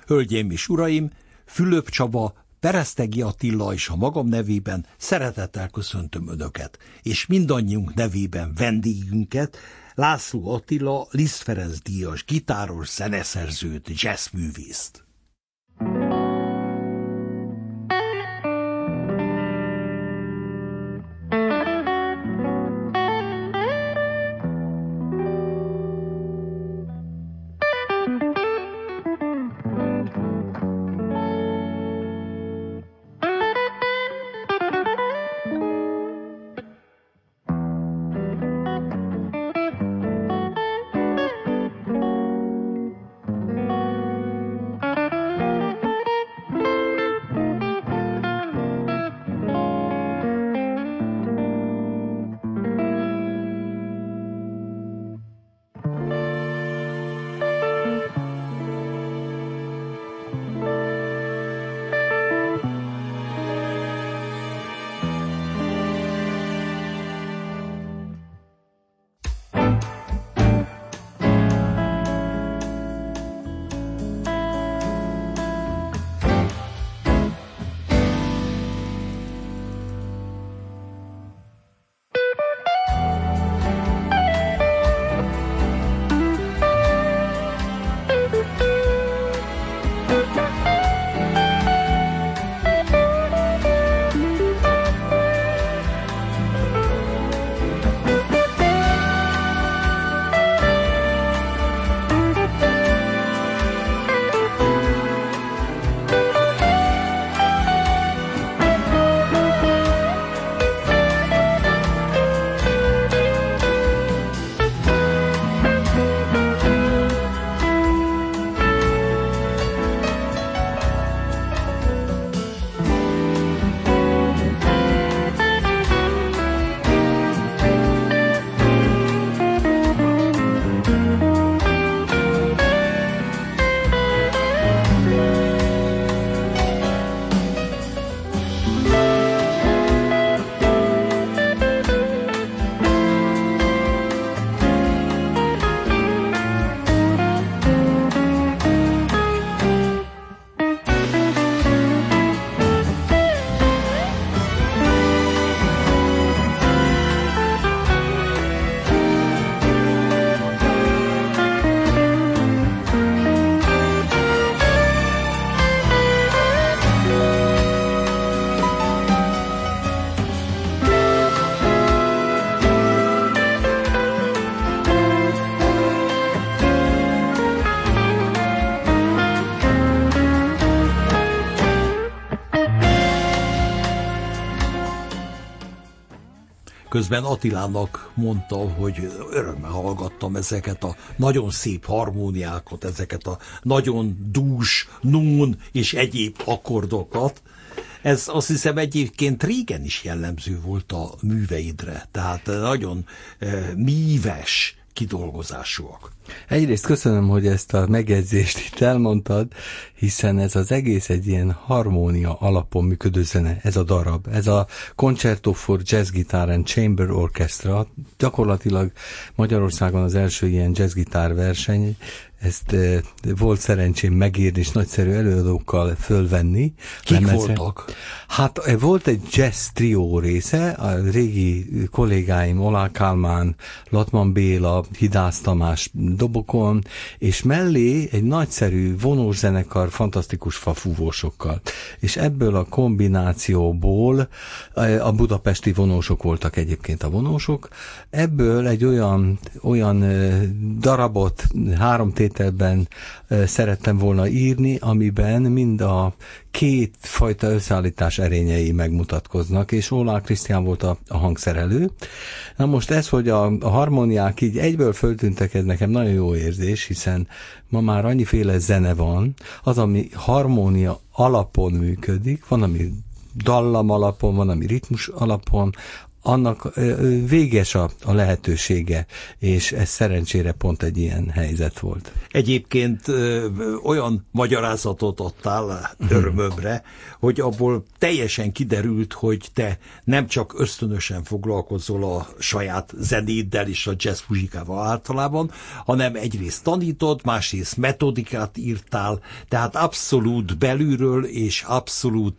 Hölgyeim és uraim, Fülöp Csaba, Peresztegi Attila és a magam nevében szeretettel köszöntöm Önöket, és mindannyiunk nevében vendégünket, László Attila, Liszt Ferenc díjas gitáros, zeneszerzőt, jazzművészt. Közben Attilának mondta, hogy örömmel hallgattam ezeket a nagyon szép harmóniákat, ezeket a nagyon dús, nún és egyéb akkordokat. Ez azt hiszem egyébként régen is jellemző volt a műveidre, tehát nagyon míves kidolgozásúak. Egyrészt köszönöm, hogy ezt a megjegyzést itt elmondtad, hiszen ez az egész egy ilyen harmónia alapon működő zene, ez a darab, ez a Concerto for Jazz Guitar and Chamber Orchestra, gyakorlatilag Magyarországon az első ilyen jazzgitár verseny, ezt volt szerencsém megírni, és nagyszerű előadókkal fölvenni. Kik voltak? Hát volt egy jazz trió része, a régi kollégáim Olá Kálmán, Latman Béla, Hidász Tamás dobokon, és mellé egy nagyszerű vonós zenekar fantasztikus fafúvósokkal. És ebből a kombinációból a budapesti vonósok voltak egyébként a vonósok, ebből egy olyan darabot 3 tételben szerettem volna írni, amiben mind a két fajta összeállítás erényei megmutatkoznak, és Oláh Krisztián volt a hangszerelő. Na most ez, hogy a harmóniák így egyből föltűntek, ez nekem nagyon jó érzés, hiszen ma már annyiféle zene van, az, ami harmónia alapon működik, van, ami dallam alapon, van, ami ritmus alapon, annak véges a lehetősége, és ez szerencsére pont egy ilyen helyzet volt. Egyébként olyan magyarázatot adtál örömömre, hogy abból teljesen kiderült, hogy te nem csak ösztönösen foglalkozol a saját zenéddel és a jazz muzsikával általában, hanem egyrészt tanítod, másrészt metodikát írtál, tehát abszolút belülről és abszolút,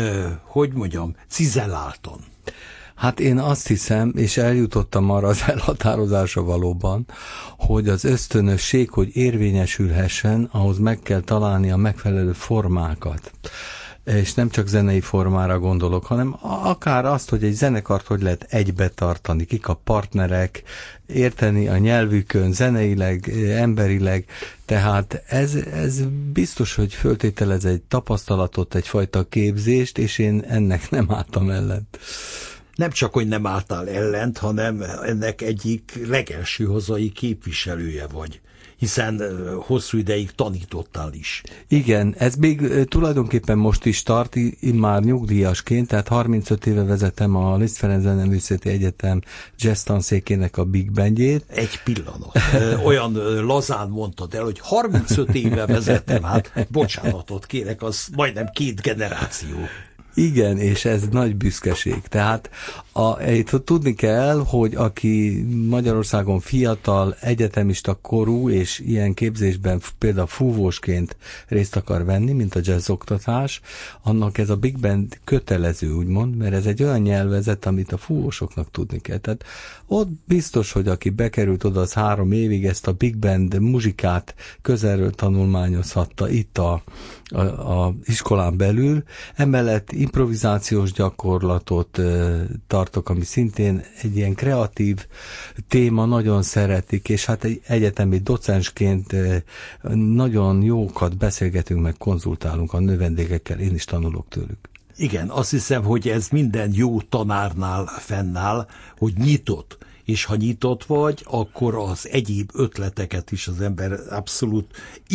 cizelláltan. Hát én azt hiszem, és eljutottam arra az elhatározásra valóban, hogy az ösztönösség, hogy érvényesülhessen, ahhoz meg kell találni a megfelelő formákat. És nem csak zenei formára gondolok, hanem akár azt, hogy egy zenekart hogy lehet egybe tartani, kik a partnerek, érteni a nyelvükön, zeneileg, emberileg. Tehát ez biztos, hogy föltételez egy tapasztalatot, egyfajta képzést, és én ennek nem álltam ellent. Nem csak, hogy nem álltál ellent, hanem ennek egyik legelső hazai képviselője vagy, hiszen hosszú ideig tanítottál is. Igen, ez még tulajdonképpen most is tart, már nyugdíjasként, tehát 35 éve vezetem a Liszt Ferenc Zeneművészeti Egyetem jazz tanszékének a Big Bandjét. Egy pillanat. Olyan lazán mondtad el, hogy 35 éve vezetem, hát bocsánatot kérek, az majdnem 2 generáció. Igen, és ez nagy büszkeség. Tehát tudni kell, hogy aki Magyarországon fiatal, egyetemista korú, és ilyen képzésben például fúvósként részt akar venni, mint a jazz oktatás, annak ez a Big Band kötelező, úgymond, mert ez egy olyan nyelvezet, amit a fúvósoknak tudni kell. Tehát ott biztos, hogy aki bekerült oda, az 3 évig ezt a Big Band muzsikát közelről tanulmányozhatta itt a iskolán belül. Emellett improvizációs gyakorlatot tartok, ami szintén egy ilyen kreatív téma, nagyon szeretik, és hát egy egyetemi docensként nagyon jókat beszélgetünk, meg konzultálunk a növendékekkel, én is tanulok tőlük. Igen, azt hiszem, hogy ez minden jó tanárnál fennáll, hogy nyitott, és ha nyitott vagy, akkor az egyéb ötleteket is az ember abszolút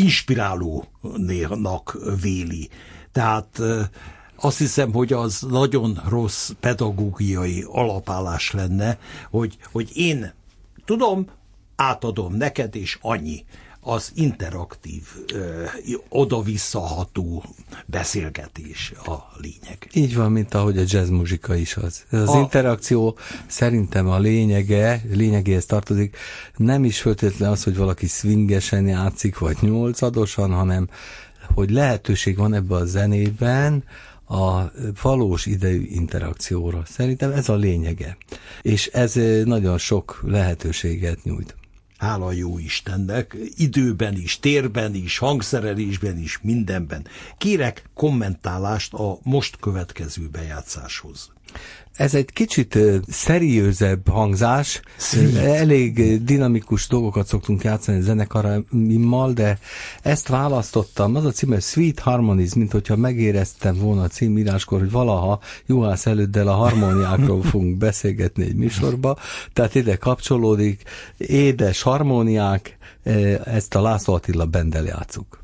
inspirálónak véli. Tehát azt hiszem, hogy az nagyon rossz pedagógiai alapállás lenne, hogy én tudom, átadom neked, és annyi. Az interaktív, oda-visszaható beszélgetés a lényeg. Így van, mint ahogy a jazz muzsika is az. Ez az interakció szerintem a lényegéhez tartozik. Nem is feltétlenül az, hogy valaki swingesen játszik, vagy 8-adosan, hanem hogy lehetőség van ebben a zenében a valós idejű interakcióra. Szerintem ez a lényege. És ez nagyon sok lehetőséget nyújt. Hála jó Istennek, időben is, térben is, hangszerelésben is, mindenben. Kérek kommentálást a most következő bejátszáshoz. Ez egy kicsit szeriőzebb hangzás, elég dinamikus dolgokat szoktunk játszani a zenekarimmal, de ezt választottam. Az a címe Sweet Harmonies, mint hogyha megéreztem volna a címíráskor, hogy valaha Juhász előddel a harmóniákról fogunk beszélgetni egy műsorba, tehát ide kapcsolódik édes harmóniák, ezt a László Attila Banddel játsszuk.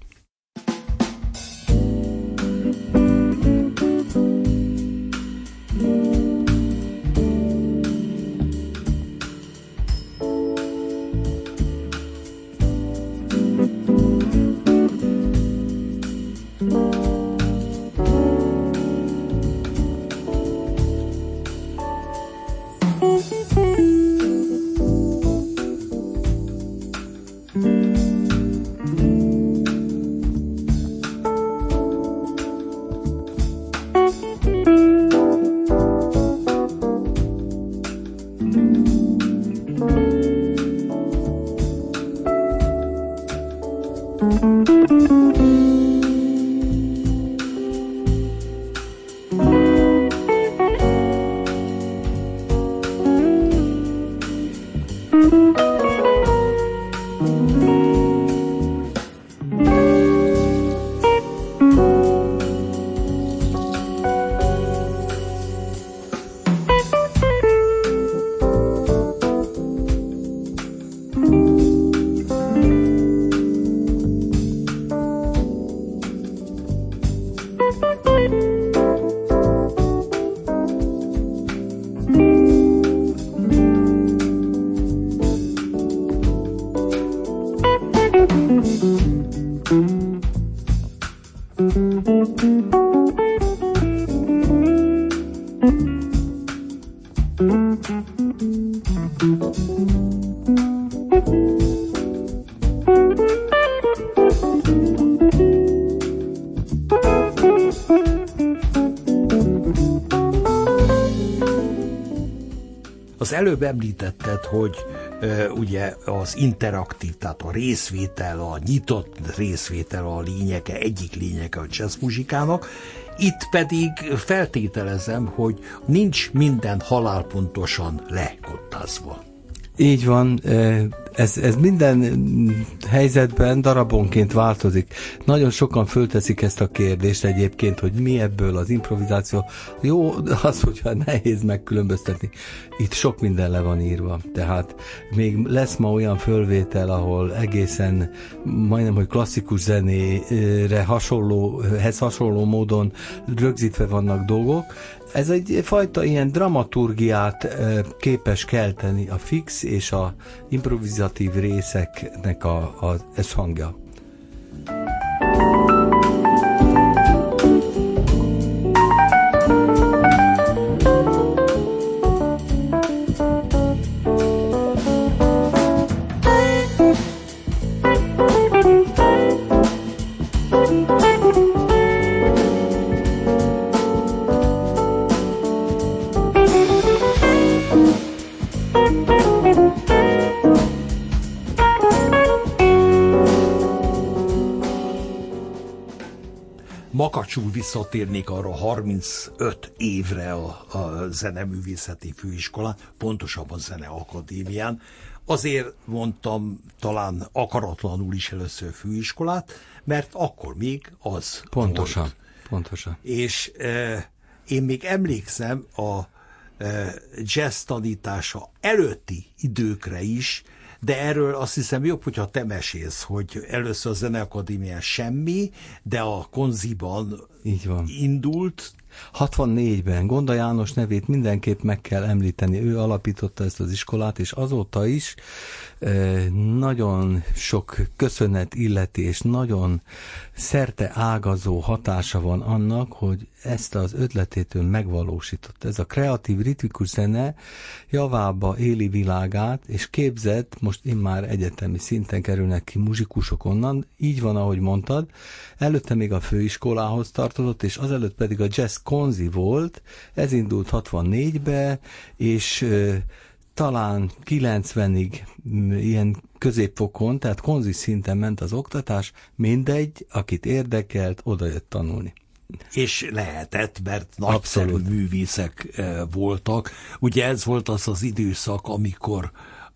Az előbb említetted, hogy ugye az interaktív, tehát a részvétel, a nyitott részvétel a lényege, egyik lényege a jazzmuzikának. Itt pedig feltételezem, hogy nincs minden halálpontosan lekottázva. Így van, ez minden helyzetben darabonként változik. Nagyon sokan fölteszik ezt a kérdést egyébként, hogy mi ebből az improvizáció. Jó, az, hogyha nehéz megkülönböztetni. Itt sok minden le van írva. Tehát még lesz ma olyan fölvétel, ahol egészen majdnem, hogy klasszikus zenére hasonló módon rögzítve vannak dolgok. Ez egy fajta ilyen dramaturgiát képes kelteni a fix és a improvizatív részeknek az összhangja. Makacsul visszatérnék arra 35 évre a Zeneművészeti Főiskolán, pontosabban Zeneakadémián. Azért mondtam talán akaratlanul is először főiskolát, mert akkor még az Pontosan. És én még emlékszem a jazz tanítása előtti időkre is, de erről azt hiszem jobb, hogyha te mesélsz, hogy először a Zeneakadémián semmi, de a Konziban indult. 64-ben Gonda János nevét mindenképp meg kell említeni, ő alapította ezt az iskolát, és azóta is nagyon sok köszönet illeti, és nagyon szerte ágazó hatása van annak, hogy ezt az ötletétől megvalósított. Ez a kreatív ritmikus zene javába éli világát, és képzett, most immár egyetemi szinten kerülnek ki muzsikusok onnan, így van, ahogy mondtad, előtte még a főiskolához tartozott, és azelőtt pedig a Jazz Konzi volt, ez indult 64-be, és talán 90-ig ilyen középfokon, tehát konzi szinten ment az oktatás, mindegy, akit érdekelt, oda jött tanulni. És lehetett, mert nagyszerű művészek voltak. Ugye ez volt az az időszak, amikor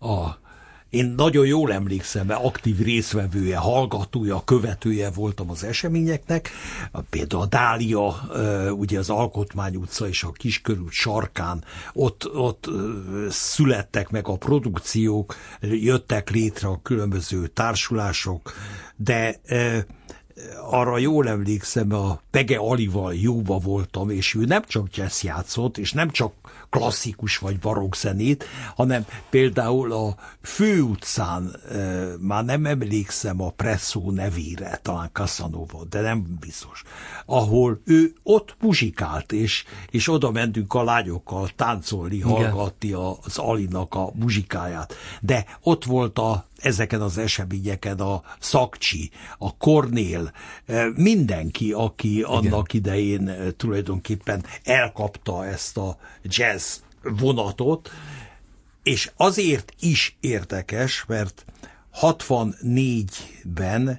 én nagyon jól emlékszem, mert aktív részvevője, hallgatója, követője voltam az eseményeknek. Például a Dália, ugye az Alkotmány utca és a Kiskörút sarkán, ott születtek meg a produkciók, jöttek létre a különböző társulások, de arra jól emlékszem, a Pege Alival jóba voltam, és ő nem csak jazz játszott, és nem csak klasszikus vagy barokk zenét, hanem például a Főutcán, már nem emlékszem a Presszó nevére, talán Casanova, de nem biztos, ahol ő ott muzsikált, és oda mentünk a lányokkal táncolni, hallgatni az Alinak a muzsikáját. De ott volt ezeken az eseményeken a Szakcsi, a Kornél, mindenki, aki annak idején tulajdonképpen elkapta ezt a jazz vonatot, és azért is érdekes, mert 64-ben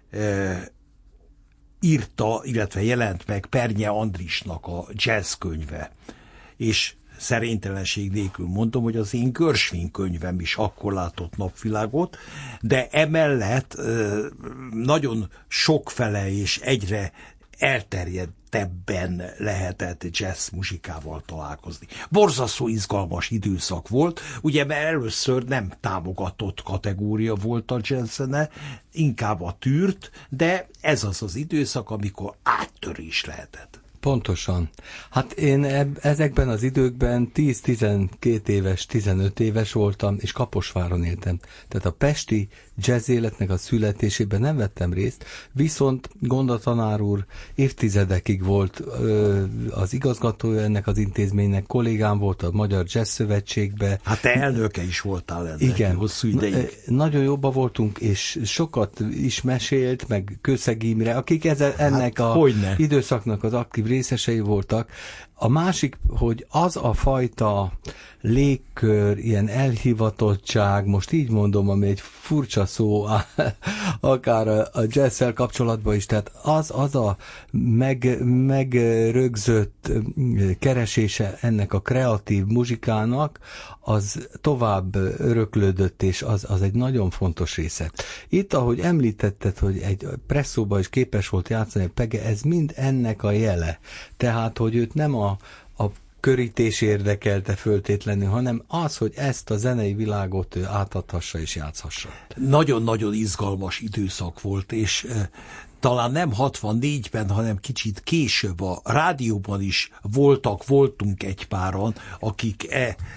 írta, illetve jelent meg Pernye Andrisnak a jazz könyve, és szerénytelenség nélkül mondom, hogy az én Gershwin könyvem is akkor látott napvilágot, de emellett nagyon sokfele és egyre elterjedtebben lehetett jazz muzsikával találkozni. Borzasztó izgalmas időszak volt, ugye mert először nem támogatott kategória volt a jazz-zene, inkább a tűrt, de ez az az időszak, amikor áttörés lehetett. Pontosan. Hát én ezekben az időkben 10-12 éves, 15 éves voltam, és Kaposváron éltem. Tehát a pesti jazz életnek a születésében nem vettem részt, viszont Gonda tanár úr évtizedekig volt az igazgatója ennek az intézménynek, kollégám volt a Magyar Jazz Szövetségbe. Hát te elnöke is voltál ennek. Igen. Hosszú ideig. Nagyon jobban voltunk, és sokat is mesélt, meg Kőszeg Imre, akik ennek időszaknak az aktív részesei voltak. A másik, hogy az a fajta légkör, ilyen elhivatottság, most így mondom, ami egy furcsa szó, akár a jazz-szel kapcsolatban is, tehát az a megrögzött keresése ennek a kreatív muzsikának, az tovább öröklődött, és az egy nagyon fontos része. Itt, ahogy említetted, hogy egy presszóba is képes volt játszani a Pege, ez mind ennek a jele. Tehát, hogy őt nem a körítés érdekelte föltétlenül, hanem az, hogy ezt a zenei világot ő átadhassa és játszhassa. Nagyon-nagyon izgalmas időszak volt, és talán nem 64-ben, hanem kicsit később a rádióban is voltunk egy páran, akik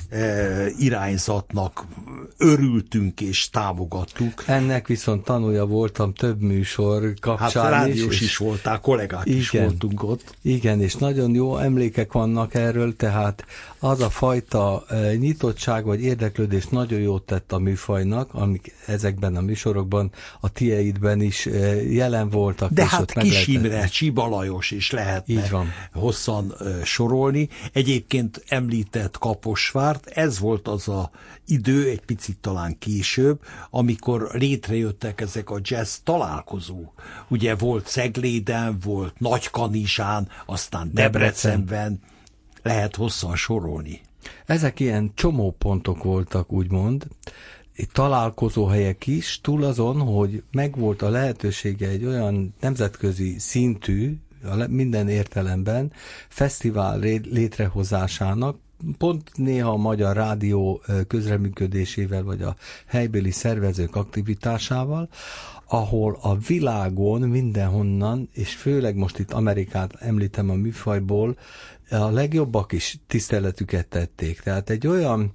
irányzatnak örültünk és támogattuk. Ennek viszont tanulja voltam több műsor kapcsán. Hát rádiós is voltál, kollégák is voltunk ott. Igen, és nagyon jó emlékek vannak erről, tehát az a fajta nyitottság vagy érdeklődés nagyon jót tett a műfajnak, amik ezekben a műsorokban, a tieidben is jelen voltak. De hát Kis Imre, Csiba Lajos is lehetne hosszan sorolni. Egyébként említett Kaposvárt, ez volt az a idő, egy picit talán később, amikor létrejöttek ezek a jazz találkozók. Ugye volt Cegléden, volt Nagykanizsán, aztán Debrecenben, lehet hosszan sorolni. Ezek ilyen csomópontok voltak, úgymond, találkozóhelyek is, túl azon, hogy megvolt a lehetősége egy olyan nemzetközi szintű, minden értelemben, fesztivál létrehozásának, pont néha a Magyar Rádió közreműködésével, vagy a helybéli szervezők aktivitásával, ahol a világon mindenhonnan, és főleg most itt Amerikát említem a műfajból, a legjobbak is tiszteletüket tették. Tehát egy olyan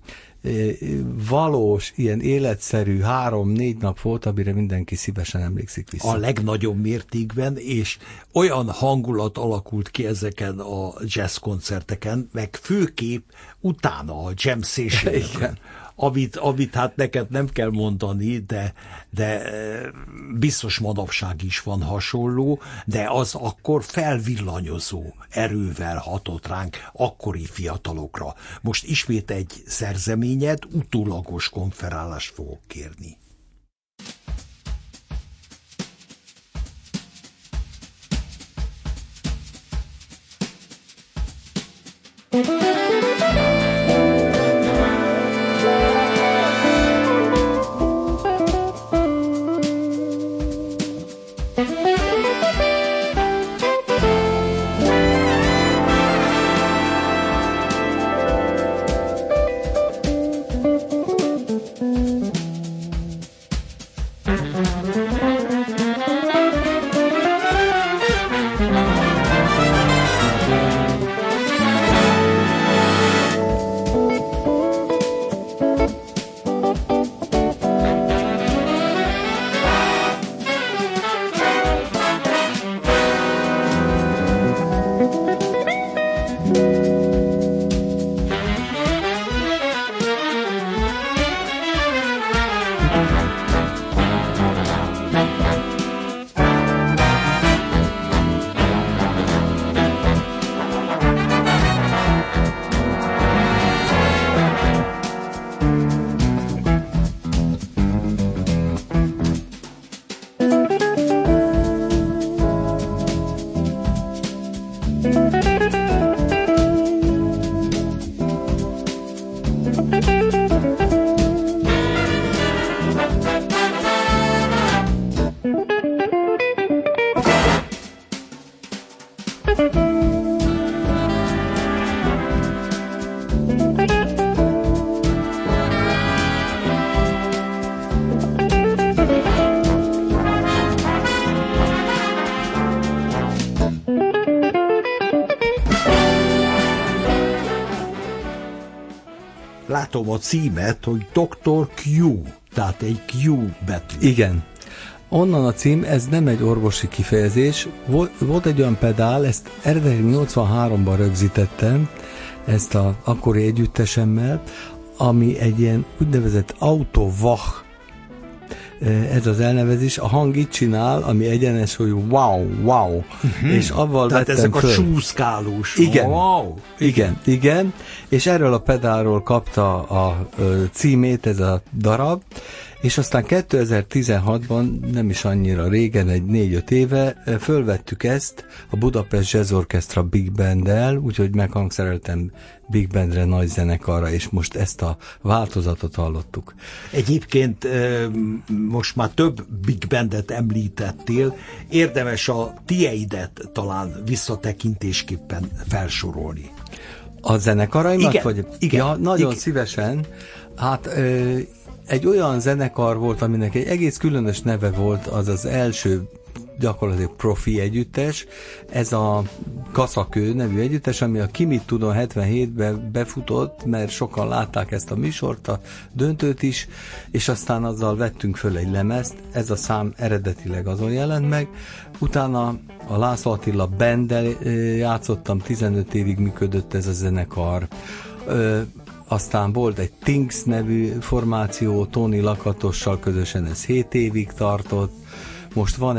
valós, ilyen életszerű 3-4 nap volt, amire mindenki szívesen emlékszik vissza. A legnagyobb mértékben, és olyan hangulat alakult ki ezeken a jazz koncerteken, meg főképp utána a jam session-eken, amit hát neked nem kell mondani, de biztos manapság is van hasonló, de az akkor felvillanyozó erővel hatott ránk akkori fiatalokra. Most ismét egy szerzeményed, utólagos konferálást fogok kérni. Látom a címet, hogy Dr. Q, tehát egy Q betű. Igen. Onnan a cím, ez nem egy orvosi kifejezés. Volt egy olyan pedál, ezt eredetileg 83-ban rögzítettem, ezt az akkori együttesemmel, ami egy ilyen úgynevezett autovach ez az elnevezés. A hang itt csinál, ami egyenes, hogy wow, és avval tehát vettem ezek föl. a csúszkálós. Igen, Wow. igen, és erről a pedálról kapta a címét ez a darab, és aztán 2016-ban, nem is annyira régen, egy 4-5 éve fölvettük ezt a Budapest Jazz Orchestra Big Banddel, úgyhogy meghangszereltem Big Bandre, nagy zenekarra, és most ezt a változatot hallottuk. Egyébként most már több Big Bandet említettél, érdemes a tieidet talán visszatekintésképpen felsorolni. A zenekaraimat? Igen, vagy? igen. Ja, nagyon igen. szívesen. Hát egy olyan zenekar volt, aminek egy egész különös neve volt, az az első gyakorlatilag profi együttes, ez a Kaszakő nevű együttes, ami a Ki mit tudom 77-ben befutott, mert sokan látták ezt a műsort, a döntőt is, és aztán azzal vettünk föl egy lemezt, ez a szám eredetileg azon jelent meg, utána a László Attila Banddel játszottam, 15 évig működött ez a zenekar, aztán volt egy Things nevű formáció, Tony Lakatossal közösen, ez 7 évig tartott. Most van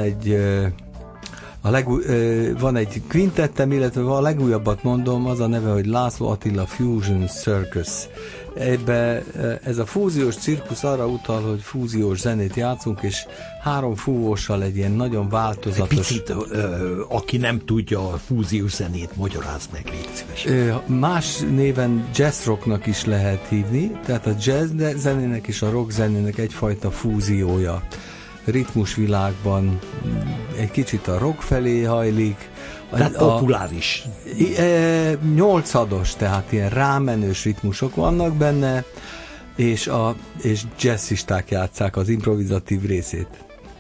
van egy quintettem, illetve a legújabbat mondom, az a neve, hogy László Attila Fusion Circus. Ez a fúziós cirkusz arra utal, hogy fúziós zenét játszunk, és 3 fúvóssal egy ilyen nagyon változatos... Egy picit, aki nem tudja a fúziós zenét, magyarázd meg, légy szíves. Más néven jazz rocknak is lehet hívni, tehát a jazz zenének és a rock zenének egyfajta fúziója. Ritmusvilágban egy kicsit a rock felé hajlik. Tehát populáris. 8-ados, tehát ilyen rámenős ritmusok vannak benne, és jazzisták játsszák az improvizatív részét.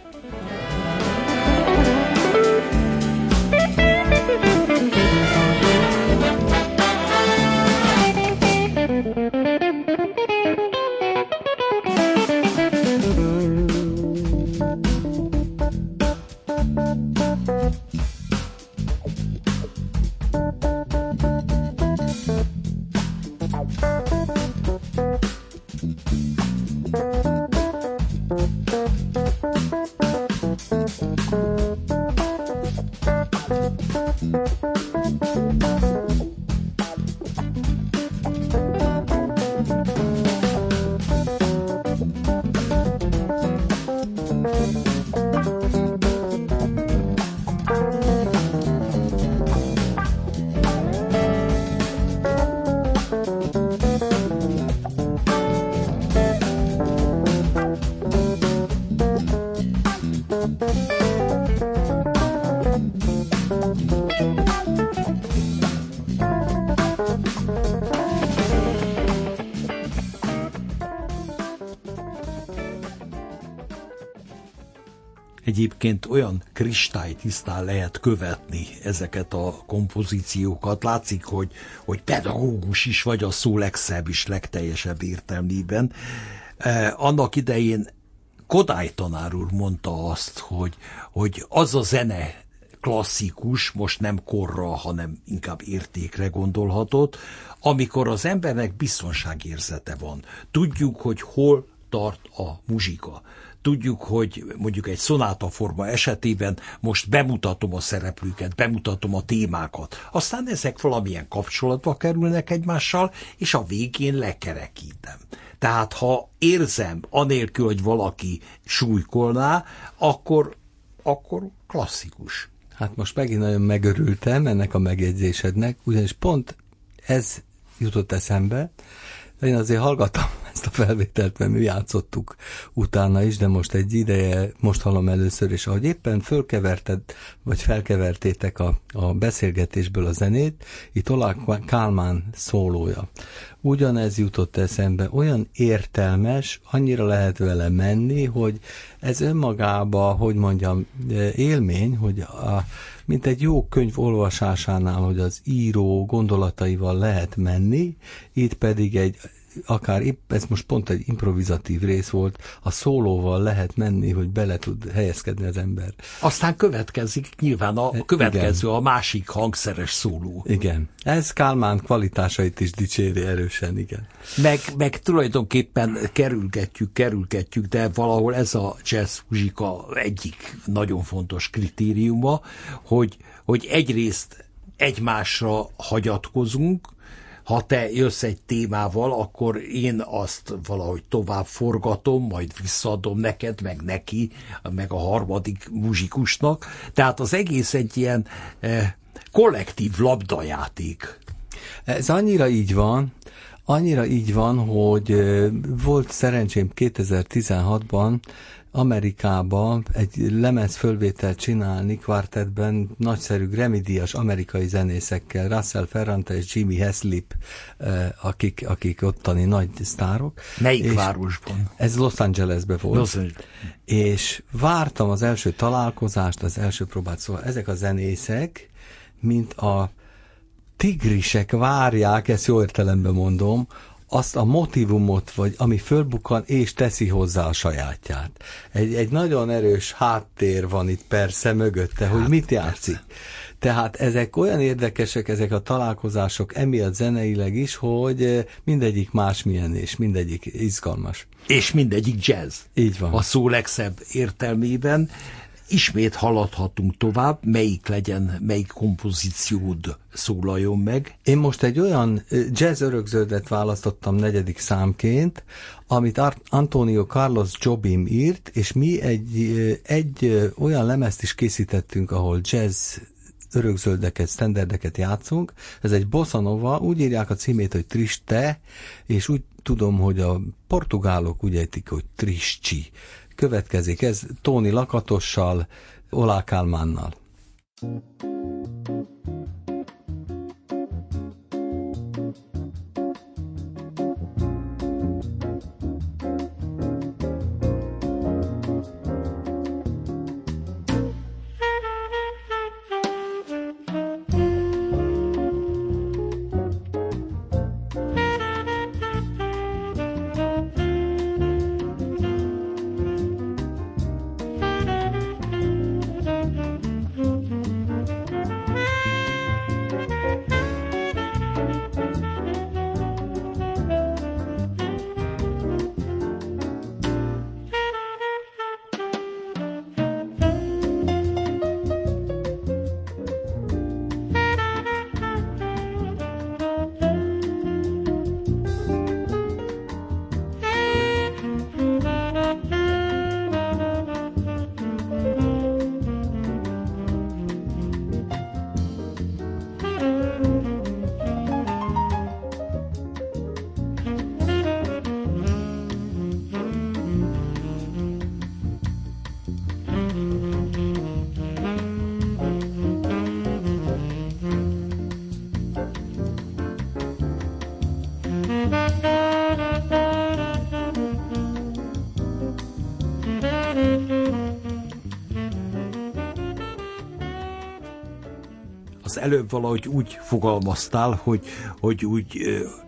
Egyébként olyan kristálytisztán lehet követni ezeket a kompozíciókat. Látszik, hogy pedagógus is vagy a szó legszebb és legteljesebb értelmében. Annak idején Kodály tanár úr mondta azt, hogy az a zene klasszikus, most nem korra, hanem inkább értékre gondolhatott, amikor az embernek biztonságérzete van. Tudjuk, hogy hol tart a muzsika. Tudjuk, hogy mondjuk egy szonátaforma esetében most bemutatom a szereplőket, bemutatom a témákat. Aztán ezek valamilyen kapcsolatba kerülnek egymással, és a végén lekerekítem. Tehát ha érzem, anélkül, hogy valaki súlykolná, akkor klasszikus. Hát most megint nagyon megörültem ennek a megjegyzésednek, ugyanis pont ez jutott eszembe. Én azért hallgattam ezt a felvételt, mert mi játszottuk utána is, de most egy ideje, most hallom először, és ahogy éppen felkevertétek a beszélgetésből a zenét, itt Oláh Kálmán szólója. Ugyanez jutott eszembe, olyan értelmes, annyira lehet vele menni, hogy ez önmagában, hogy mondjam, élmény, hogy mint egy jó könyv olvasásánál, hogy az író gondolataival lehet menni, itt pedig egy akár épp, ez most pont egy improvizatív rész volt, a szólóval lehet menni, hogy bele tud helyezkedni az ember. Aztán következik nyilván a következő, igen. A másik hangszeres szóló. Igen. Ez Kálmán kvalitásait is dicséri erősen, igen. Meg tulajdonképpen kerülgetjük, de valahol ez a jazz muzsika egyik nagyon fontos kritériuma, hogy egyrészt egymásra hagyatkozunk, ha te jössz egy témával, akkor én azt valahogy tovább forgatom, majd visszaadom neked, meg neki, meg a harmadik muzsikusnak. Tehát az egész egy ilyen kollektív labdajáték. Ez annyira így van, hogy volt szerencsém 2016-ban Amerikába egy lemezfölvételt csinálni kvartettben nagyszerű Grammy-díjas amerikai zenészekkel, Russell Ferrante és Jimmy Haslip, akik ottani nagy sztárok. Melyik városban? Ez Los Angelesben volt. És vártam az első találkozást, az első próbát, szóval ezek a zenészek, mint a tigrisek várják, ezt jó értelemben mondom, azt a motivumot, vagy ami fölbukkan, és teszi hozzá a sajátját. Egy nagyon erős háttér van itt persze mögötte, hogy mit játszik. Tehát ezek olyan érdekesek, ezek a találkozások emiatt zeneileg is, hogy mindegyik másmilyen, és mindegyik izgalmas. És mindegyik jazz. Így van. A szó legszebb értelmében. Ismét haladhatunk tovább, melyik kompozíciód szólaljon meg. Én most egy olyan jazz örökzöldet választottam 4. számként, amit Antonio Carlos Jobim írt, és mi egy olyan lemezt is készítettünk, ahol jazz örökzöldeket, standardeket játszunk. Ez egy bossa nova, úgy írják a címét, hogy Triste, és úgy tudom, hogy a portugálok úgy ejtik, hogy Trisci. Következik ez Tóni Lakatossal, Olá Kálmánnal. Előbb valahogy úgy fogalmaztál, hogy úgy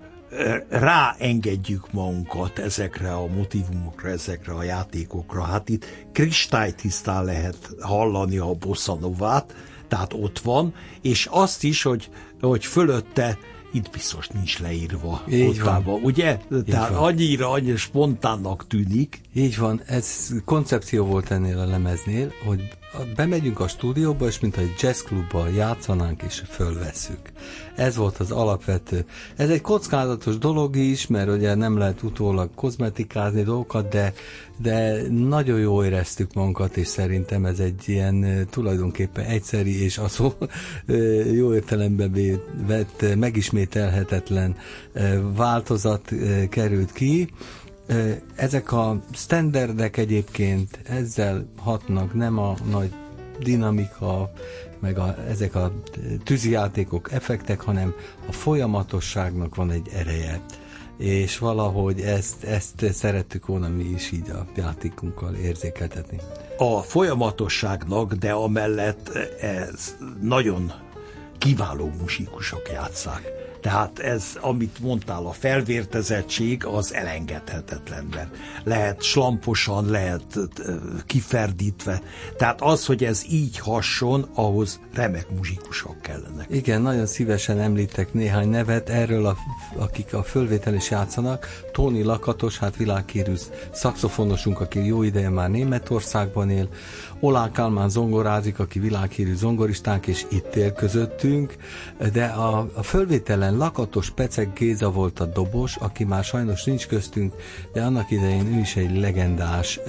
ráengedjük magunkat ezekre a motivumokra, ezekre a játékokra. Hát itt kristálytisztán lehet hallani a bossa novát, tehát ott van, és azt is, hogy fölötte itt biztos nincs leírva ottában, ugye? Tehát annyira spontánnak tűnik. Így van, ez koncepció volt ennél a lemeznél, hogy bemegyünk a stúdióba, és mintha egy jazzklubban játszanánk, és fölvesszük. Ez volt az alapvető. Ez egy kockázatos dolog is, mert ugye nem lehet utólag kozmetikázni dolgokat, de nagyon jól éreztük magunkat, és szerintem ez egy ilyen tulajdonképpen egyszeri, és a szó jó értelemben vett megismételhetetlen változat került ki. Ezek a standardek egyébként ezzel hatnak, nem a nagy dinamika, meg ezek a tűzijátékok, effektek, hanem a folyamatosságnak van egy ereje. És valahogy ezt szerettük volna mi is így a játékunkkal érzékeltetni. A folyamatosságnak, de amellett ez nagyon kiváló muzsikusok játsszák. Tehát ez, amit mondtál, a felvértezettség az elengedhetetlen, mert lehet slamposan, lehet kiferdítve. Tehát az, hogy ez így hasson, ahhoz remek muzsikusok kellenek. Igen, nagyon szívesen említek néhány nevet erről, akik a fölvétel is játszanak. Tóni Lakatos, hát világhírű szaxofonosunk, aki jó ideje már Németországban él. Oláh Kálmán zongorázik, aki világhírű zongoristánk, és itt él közöttünk, de a fölvételen Lakatos Pecek Géza volt a dobos, aki már sajnos nincs köztünk, de annak idején ő is egy legendás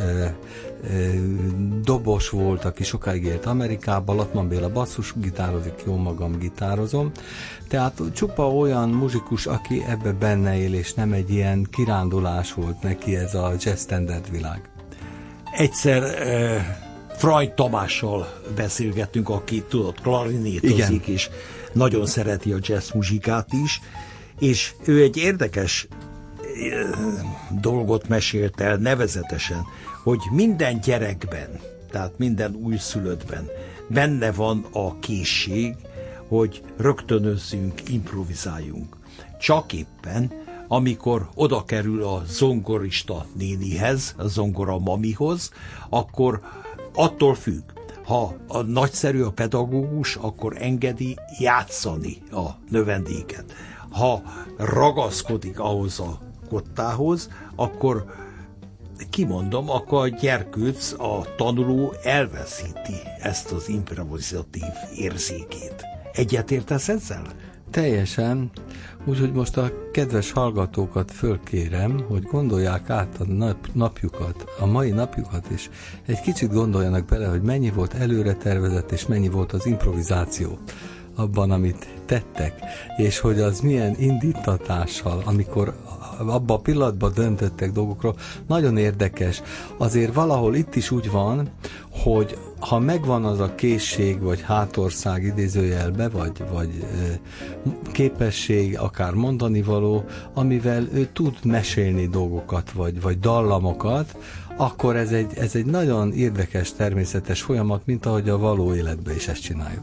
dobos volt, aki sokáig élt Amerikában. Latman Béla basszus gitározik, jó magam gitározom. Tehát csupa olyan muzsikus, aki ebbe benne él, és nem egy ilyen kirándulás volt neki ez a jazz standard világ. Egyszer Fraj Tamással beszélgettünk, aki tudod, klarinétozik, és nagyon szereti a jazz muzsikát is, és ő egy érdekes dolgot mesélt el, nevezetesen, hogy minden gyerekben, tehát minden újszülöttben benne van a készség, hogy rögtönözzünk, improvizáljunk. Csak éppen, amikor oda kerül a zongorista nénihez, a zongora mamihoz, akkor attól függ, ha a nagyszerű a pedagógus, akkor engedi játszani a növendéket. Ha ragaszkodik ahhoz a kottához, akkor kimondom, akkor a gyerkőc, a tanuló elveszíti ezt az improvizatív érzékét. Egyetértesz ezzel? Teljesen. Úgyhogy most a kedves hallgatókat fölkérem, hogy gondolják át a napjukat, a mai napjukat, és egy kicsit gondoljanak bele, hogy mennyi volt előre tervezett, és mennyi volt az improvizáció abban, amit tettek, és hogy az milyen indítatással, amikor abban a pillanatban döntöttek dolgokról, nagyon érdekes. Azért valahol itt is úgy van, hogy ha megvan az a készség, vagy hátország idézőjelbe, vagy képesség, akár mondani való, amivel ő tud mesélni dolgokat, vagy dallamokat, akkor ez egy nagyon érdekes, természetes folyamat, mint ahogy a való életben is ezt csináljuk.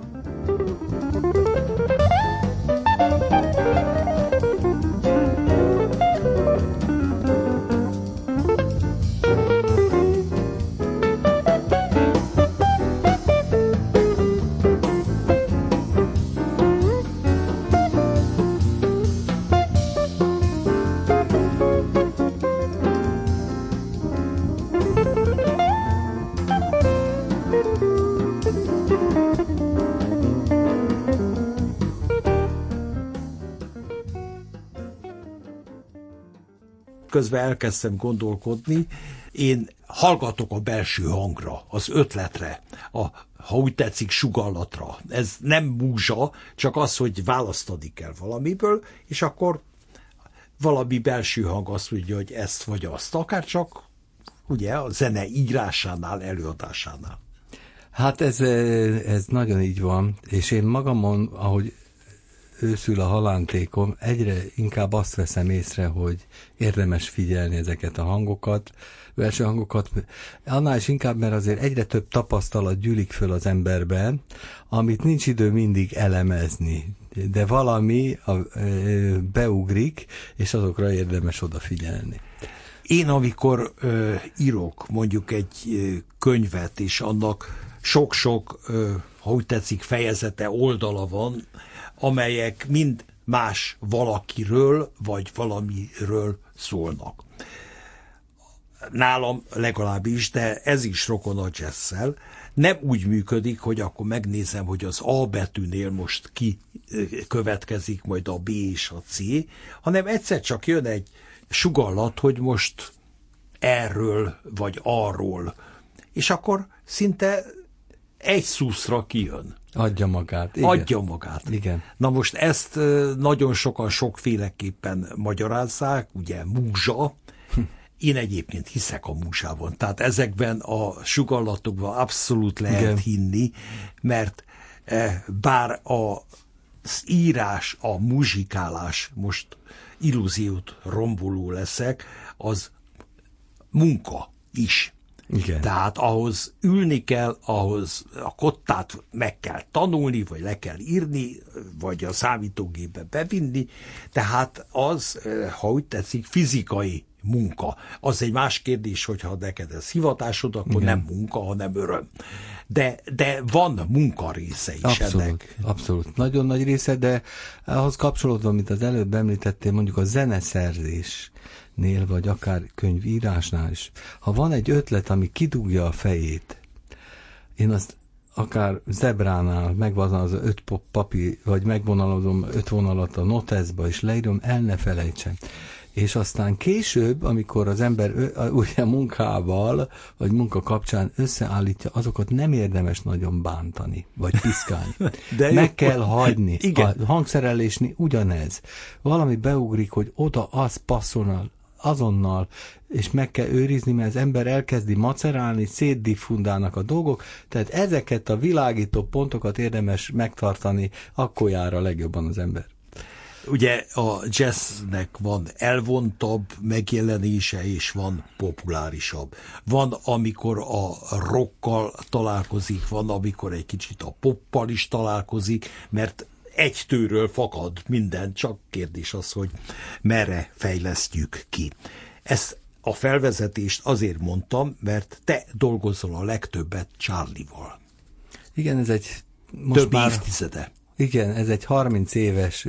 Közben elkezdtem gondolkodni, én hallgatok a belső hangra, az ötletre, ha úgy tetszik, sugallatra. Ez nem múzsa, csak az, hogy választani kell valamiből, és akkor valami belső hang azt mondja, hogy ezt vagy azt, akár csak ugye a zene írásánál, előadásánál. Hát ez nagyon így van, és én magamon, ahogy őszül a halántékom, egyre inkább azt veszem észre, hogy érdemes figyelni ezeket a hangokat, belső hangokat, annál is inkább, mert azért egyre több tapasztalat gyűlik föl az emberben, amit nincs idő mindig elemezni, de valami beugrik, és azokra érdemes odafigyelni. Én amikor írok mondjuk egy könyvet, és annak sok-sok, ha úgy tetszik, fejezete, oldala van, amelyek mind más valakiről, vagy valamiről szólnak. Nálam legalábbis, de ez is rokon a jazz-szel, nem úgy működik, hogy akkor megnézem, hogy az A betűnél most ki következik, majd a B és a C, hanem egyszer csak jön egy sugallat, hogy most erről vagy arról, és akkor szinte egy szuszra kijön. Adja magát. Igen. Adja magát. Igen. Na most ezt nagyon sokan sokféleképpen magyarázzák, ugye múzsa. Én egyébként hiszek a múzsában. Tehát ezekben a sugallatokban abszolút lehet Igen. hinni, mert bár az írás, a muzsikálás, most illúziót romboló leszek, az munka is. Igen. Tehát ahhoz ülni kell, ahhoz a kottát meg kell tanulni, vagy le kell írni, vagy a számítógépbe bevinni. Tehát az, ha úgy tetszik, fizikai munka. Az egy más kérdés, hogyha neked ez hivatásod, akkor igen, nem munka, hanem öröm. De van munka része is abszolút, ennek. Abszolút. Nagyon nagy része, de ahhoz kapcsolódva, mint az előbb említettél, mondjuk a zeneszerzésnél, vagy akár könyvírásnál is. Ha van egy ötlet, ami kidugja a fejét, én azt akár zebránál megvan az 5 papír, vagy megvonalazom 5 vonalat a noteszba, és leírom, el ne felejtsem. És aztán később, amikor az ember ugye munkával, vagy munka kapcsán összeállítja, azokat nem érdemes nagyon bántani, vagy piszkálni. De meg kell hagyni. Igen. A hangszerelésni ugyanez. Valami beugrik, hogy oda az passzol azonnal, és meg kell őrizni, mert az ember elkezdi macerálni, szétdiffundálnak a dolgok, tehát ezeket a világító pontokat érdemes megtartani, akkor jár a legjobban az ember. Ugye a jazznek van elvontabb megjelenése, és van populárisabb. Van, amikor a rockkal találkozik, van, amikor egy kicsit a poppal is találkozik, mert egy tőről fakad minden, csak kérdés az, hogy merre fejlesztjük ki. Ezt a felvezetést azért mondtam, mert te dolgozol a legtöbbet Charlie-val. Igen, ez egy most több évtizede. Igen, ez egy 30 éves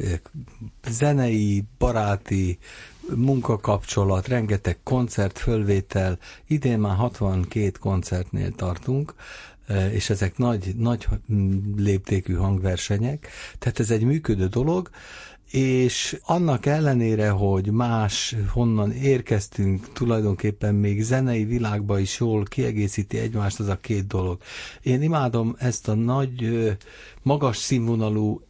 zenei, baráti munkakapcsolat, rengeteg koncert, fölvétel, idén már 62 koncertnél tartunk, és ezek nagy léptékű hangversenyek, tehát ez egy működő dolog, és annak ellenére, hogy más honnan érkeztünk, tulajdonképpen még zenei világba is jól kiegészíti egymást az a két dolog. Én imádom ezt a nagy, magas színvonalú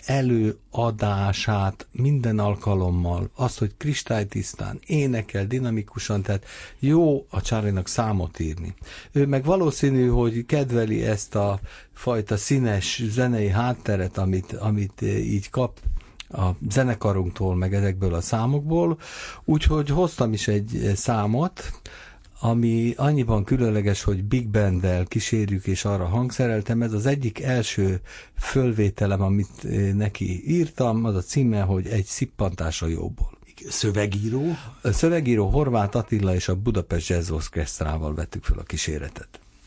előadását minden alkalommal, azt, hogy kristálytisztán, énekel, dinamikusan, tehát jó a Charlie-nak számot írni. Ő meg valószínű, hogy kedveli ezt a fajta színes zenei hátteret, amit így kap a zenekarunktól, meg ezekből a számokból, úgyhogy hoztam is egy számot, ami annyiban különleges, hogy big banddel kísérjük, és arra hangszereltem. Ez az egyik első fölvételem, amit neki írtam, az a címe, hogy Egy szippantás a jóból. Szövegíró? A szövegíró Horváth Attila és a Budapest Jazz Orchestrával vettük fel a kíséretet.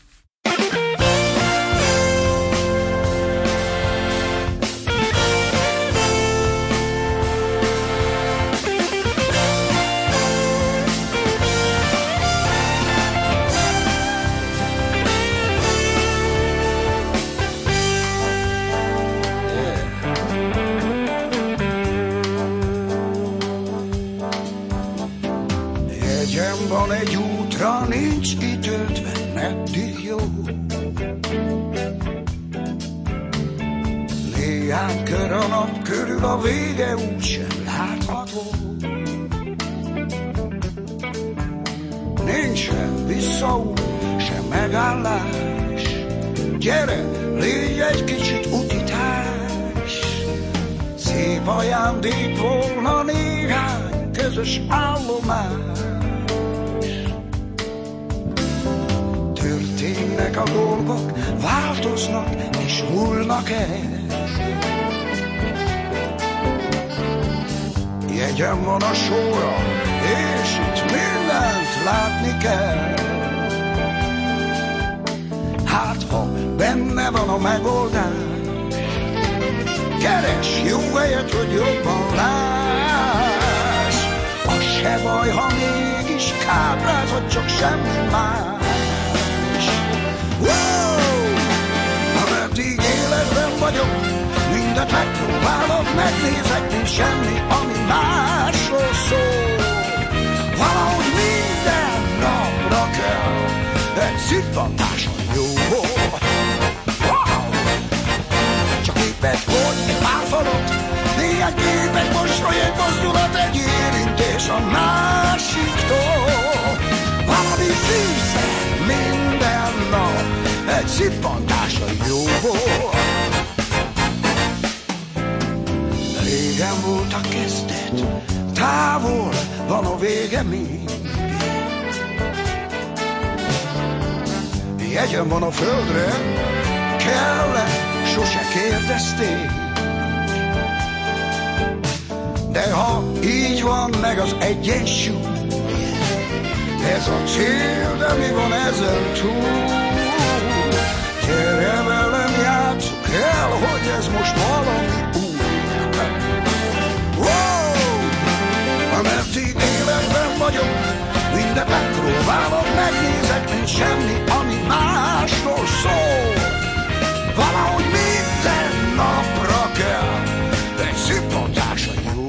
Van egy útra, nincs kitöltve, eddig jó. Néhány kör a nap körül, a vége úgysem látható. Nincs sem visszaút, sem megállás. Gyere, légy egy kicsit utitás. Szép ajándék volna néhány közös állomás. Történnek a dolgok, változnak és múlnak el. Jegyem van a sorra, és itt mindent látni kell. Hát ha benne van a megoldás, keres jó helyet, hogy jobban láss. Az se baj, ha mégis káprázod, csak semmi más. Ameddig életben vagyok, mindet megpróbálok, megnézek, nincs semmi, ami másról szól. Valahogy minden napra kell egy szippantás a jóból. Csak épp egy hogy, egy pár falat, néhány kép, egy mosoly, egy mozdulat, egy érintés a másiktól. Valami fűszer minden nap, egy szippantás a jóból. Régen volt a kezdet, távol van a vége még. jegyem van a földre, kell-e, sose kérdezték. De ha így van meg az egyensúly, ez a cél, de mi van ezen túl? Gyere velem, játsszuk el, hogy ez most valami új. Ameddig életben vagyok, mindent megpróbálok, megnézek, nincs semmi, ami másról szól. Valahogy minden napra kell egy szippantás a jó.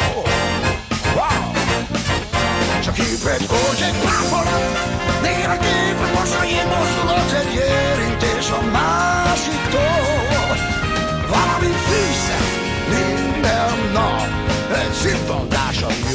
Csak épp egy kocs, egy páfolat, néha képet mosolyén mozdulat, egy érintés a másiktól. Valami fűszer minden nap, egy szippantás a jó.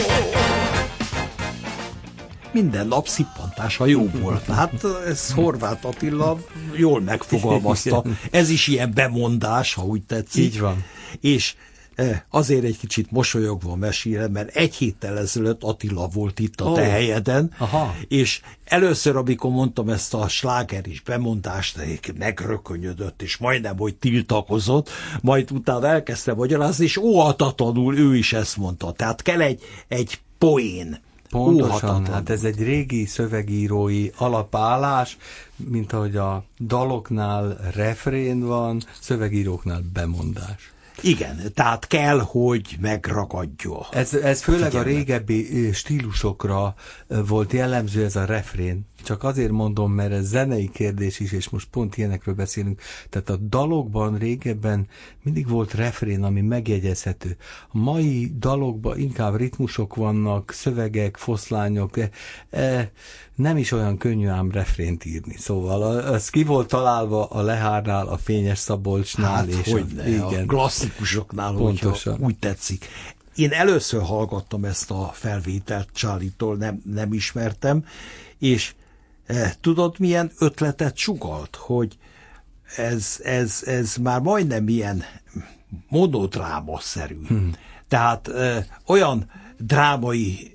Minden nap szippantása jó volt. Hát ez Horváth Attila jól megfogalmazta. Ez is ilyen bemondás, ha úgy tetszik. Így van. És azért egy kicsit mosolyogva mesélem, mert egy héttel ezelőtt Attila volt itt a te helyeden, és először, amikor mondtam ezt a sláger is bemondást, megrökönyödött, és majdnem, hogy tiltakozott, majd utána elkezdte magyarázni, és óhatatlanul ő is ezt mondta. Tehát kell egy poén. Pontosan, hát ez egy régi szövegírói alapállás, mint ahogy a daloknál refrén van, szövegíróknál bemondás. Igen, tehát kell, hogy megragadja. Ez főleg a régebbi stílusokra volt jellemző, ez a refrén. Csak azért mondom, mert ez zenei kérdés is, és most pont ilyenekről beszélünk. Tehát a dalokban régebben mindig volt refrén, ami megjegyezhető. A mai dalokban inkább ritmusok vannak, szövegek, foszlányok, nem is olyan könnyű ám refrént írni. Szóval az ki volt találva a Lehárnál, a Fényes Szabolcsnál, hát, és a klasszikusoknál, hogyha úgy tetszik. Én először hallgattam ezt a felvételt Charlie-tól, nem ismertem, és tudod, milyen ötletet sugalt, hogy ez már majdnem ilyen monodrámaszerű. Tehát olyan drámai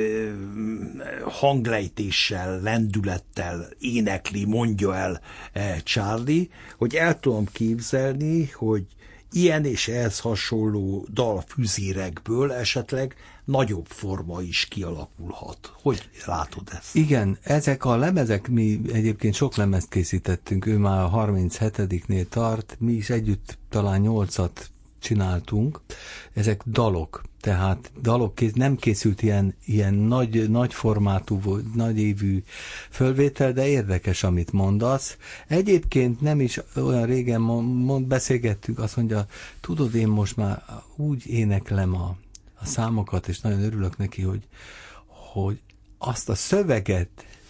hanglejtéssel, lendülettel énekli, mondja el Charlie, hogy el tudom képzelni, hogy ilyen és ehhez hasonló dalfüzérekből esetleg nagyobb forma is kialakulhat. Hogy látod ezt? Igen, ezek a lemezek, mi egyébként sok lemezt készítettünk, ő már a 37-nél tart, mi is együtt talán 8-at csináltunk. Ezek dalok, tehát dalok, nem készült ilyen nagy formátú, nagy évű fölvétel, de érdekes, amit mondasz. Egyébként nem is olyan régen beszélgettünk, azt mondja, tudod, én most már úgy éneklem a számokat, és nagyon örülök neki, hogy azt a szöveget,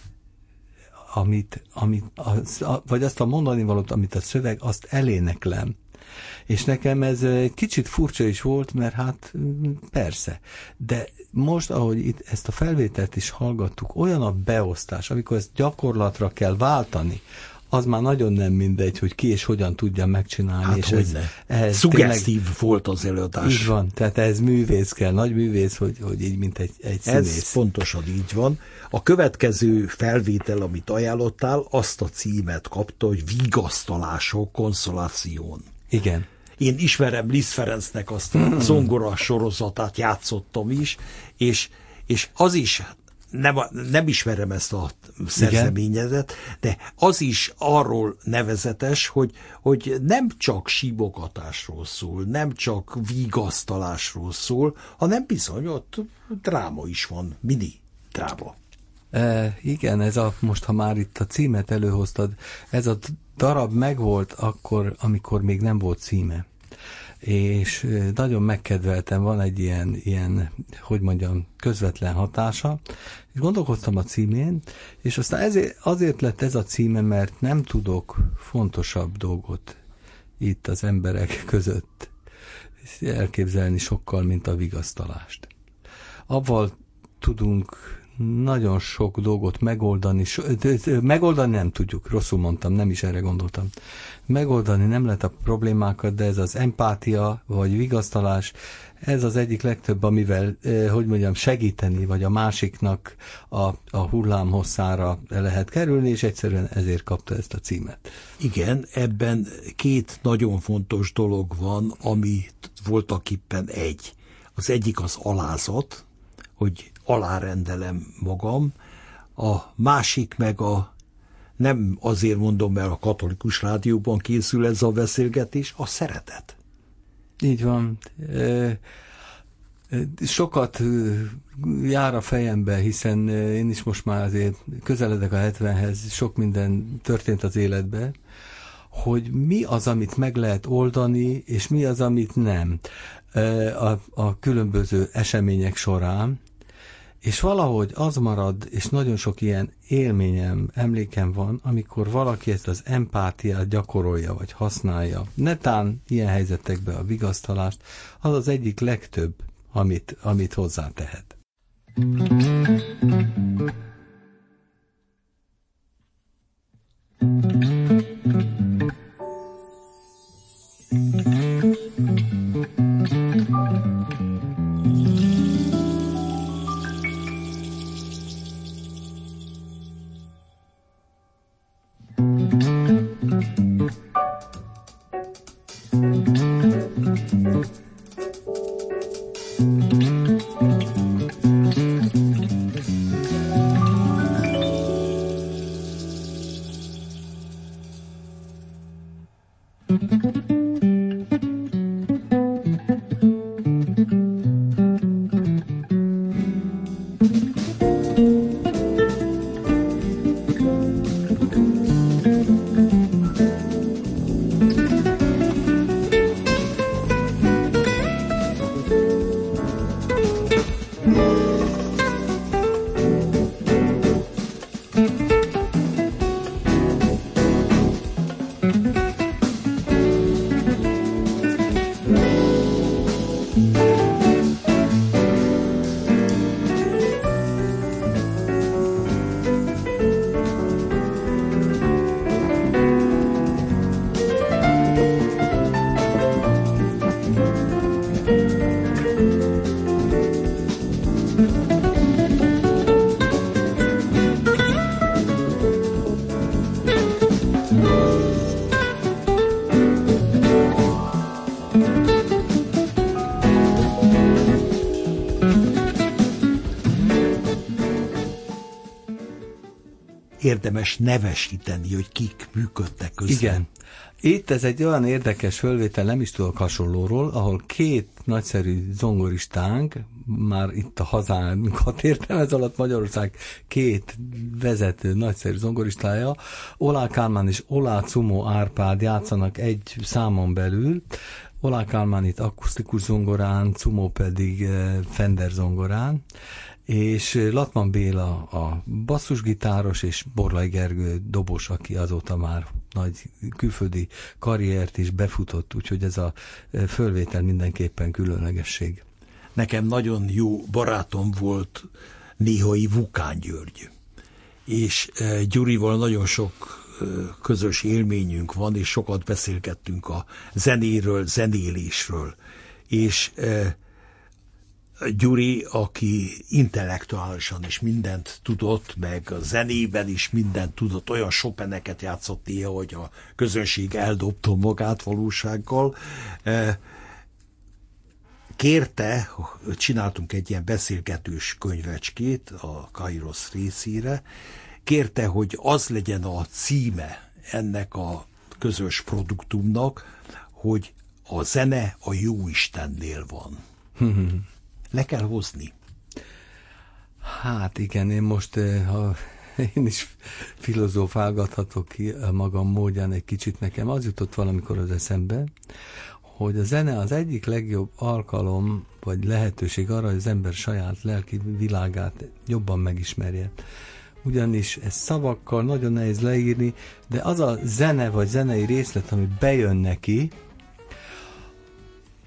vagy azt a mondani valót, amit a szöveg, azt eléneklem. És nekem ez egy kicsit furcsa is volt, mert hát persze. De most, ahogy itt ezt a felvételt is hallgattuk, olyan a beosztás, amikor ezt gyakorlatra kell váltani, az már nagyon nem mindegy, hogy ki és hogyan tudja megcsinálni. Hát és ez szuggesztív volt az előadás. Így van, tehát ez művész kell, nagy művész, hogy így, mint egy színész. Ez pontosan így van. A következő felvétel, amit ajánlottál, azt a címet kapta, hogy Vigasztalások, Consolation. Igen. Én ismerem Liszt Ferencnek azt a zongora sorozatát, játszottam is, és az is, nem ismerem ezt a szerzeményedet, de az is arról nevezetes, hogy nem csak síbogatásról szól, nem csak vigasztalásról szól, hanem bizony ott dráma is van, mini dráma. Igen, most ha már itt a címet előhoztad, ez a darab megvolt akkor, amikor még nem volt címe. És nagyon megkedveltem, van egy ilyen, hogy mondjam, közvetlen hatása, és gondolkoztam a címén, és aztán azért lett ez a címe, mert nem tudok fontosabb dolgot itt az emberek között elképzelni sokkal, mint a vigasztalást. Avval tudunk nagyon sok dolgot megoldani, megoldani nem tudjuk, rosszul mondtam, nem is erre gondoltam. Megoldani nem lehet a problémákat, de ez az empátia, vagy vigasztalás, ez az egyik legtöbb, amivel, segíteni, vagy a másiknak a hullámhosszára lehet kerülni, és egyszerűen ezért kapta ezt a címet. Igen, ebben két nagyon fontos dolog van, ami voltaképpen egy. Az egyik az alázat, hogy alárendelem magam, a másik meg nem azért mondom, mert a Katolikus Rádióban készül ez a beszélgetés, a szeretet. Így van. Sokat jár a fejembe, hiszen én is most már azért közeledek a 70-hez, sok minden történt az életben, hogy mi az, amit meg lehet oldani, és mi az, amit nem a különböző események során, és valahogy az marad, és nagyon sok ilyen élményem, emlékem van, amikor valaki ezt az empátiát gyakorolja, vagy használja. Netán ilyen helyzetekben a vigasztalást, az az egyik legtöbb, amit hozzátehet. Érdemes nevesíteni, hogy kik működtek össze. Igen. Itt ez egy olyan érdekes fölvétel, nem is tudok hasonlóról, ahol két nagyszerű zongoristánk, már itt a hazánkat értem, ez alatt Magyarország két vezető nagyszerű zongoristája, Oláh Kálmán és Oláh Cumó Árpád játszanak egy számon belül, Oláh Kálmán itt akusztikus zongorán, Cumó pedig Fender zongorán, és Latman Béla a basszusgitáros, és Borlai Gergő dobos, aki azóta már nagy külföldi karriert is befutott, úgyhogy ez a fölvétel mindenképpen különlegesség. Nekem nagyon jó barátom volt néhai Vukán György, és Gyurival nagyon sok közös élményünk van, és sokat beszélgettünk a zenéről, zenélésről, és Gyuri, aki intellektuálisan is mindent tudott, meg a zenében is mindent tudott, olyan Chopineket játszott néha, hogy a közönség eldobta magát valósággal. Kérte, csináltunk egy ilyen beszélgetős könyvecskét a Kairos részére, kérte, hogy az legyen a címe ennek a közös produktumnak, hogy a zene a Jóistennél van. Le kell hozni. Hát igen, én most, ha én is filozófálgathatok ki a magam módján egy kicsit, nekem az jutott valamikor az eszembe, hogy a zene az egyik legjobb alkalom, vagy lehetőség arra, hogy az ember saját lelki világát jobban megismerje. Ugyanis ez szavakkal nagyon nehéz leírni, de az a zene, vagy zenei részlet, ami bejön neki,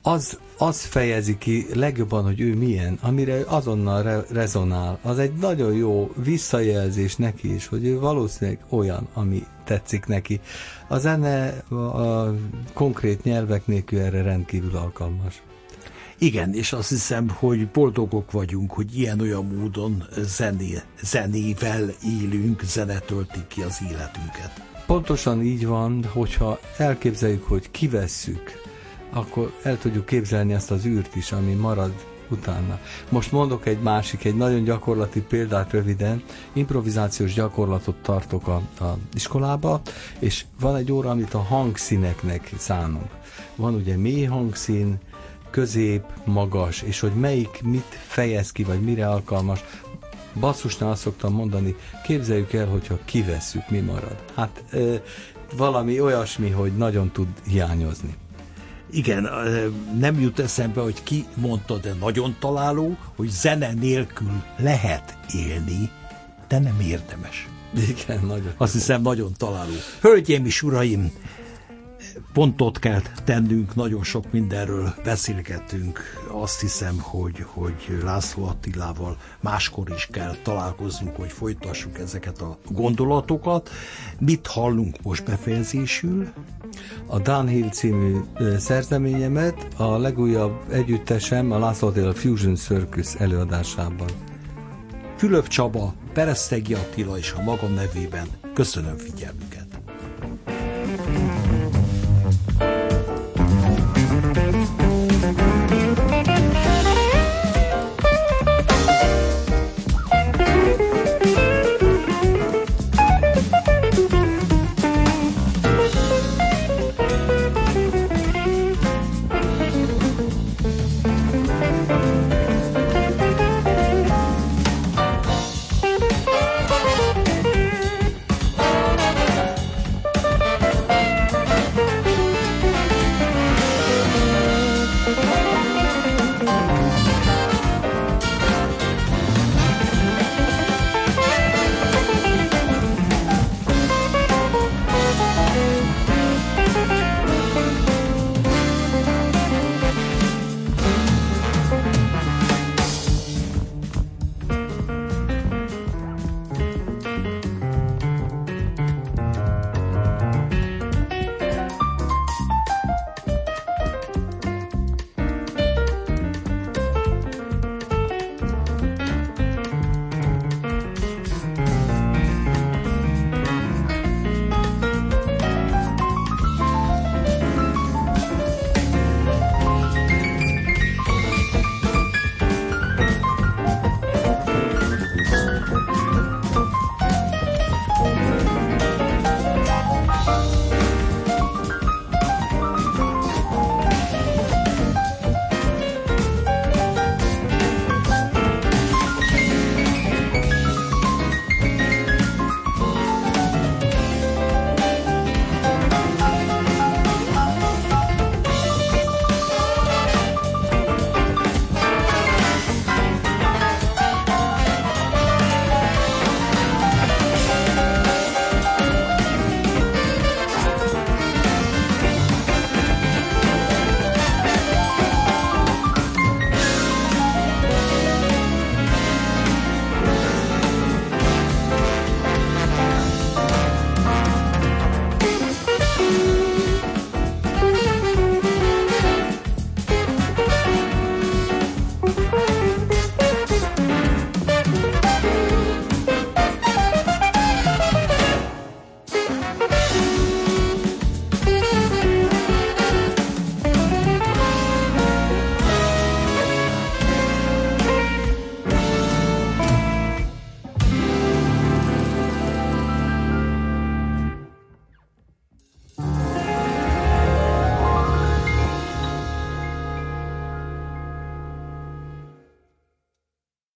az fejezi ki legjobban, hogy ő milyen, amire azonnal rezonál. Az egy nagyon jó visszajelzés neki is, hogy ő valószínűleg olyan, ami tetszik neki. A zene a konkrét nyelvek nélkül erre rendkívül alkalmas. Igen, és azt hiszem, hogy boldogok vagyunk, hogy ilyen-olyan módon zenével élünk, zene tölti ki az életünket. Pontosan így van, hogyha elképzeljük, hogy kivesszük, akkor el tudjuk képzelni ezt az űrt is, ami marad utána. Most mondok egy nagyon gyakorlati példát röviden. Improvizációs gyakorlatot tartok a iskolába, és van egy óra, amit a hangszíneknek szánunk. Van ugye mély hangszín, közép, magas, és hogy melyik mit fejez ki, vagy mire alkalmas. Basszusnál azt szoktam mondani, képzeljük el, hogyha kivesszük, mi marad. Hát valami olyasmi, hogy nagyon tud hiányozni. Igen, nem jut eszembe, hogy ki mondta, de nagyon találó, hogy zene nélkül lehet élni, de nem érdemes. Igen, nagyon. Azt hiszem, nagyon találó. Hölgyeim és uraim, pontot kell tennünk, nagyon sok mindenről beszélgettünk. Azt hiszem, hogy László Attilával máskor is kell találkoznunk, hogy folytassuk ezeket a gondolatokat. Mit hallunk most befejezésül? A Downhill című szerzeményemet a legújabb együttesem a László Attila Fusion Circus előadásában. Fülöp Csaba, Peresztegi Attila és a magam nevében köszönöm figyelmüket.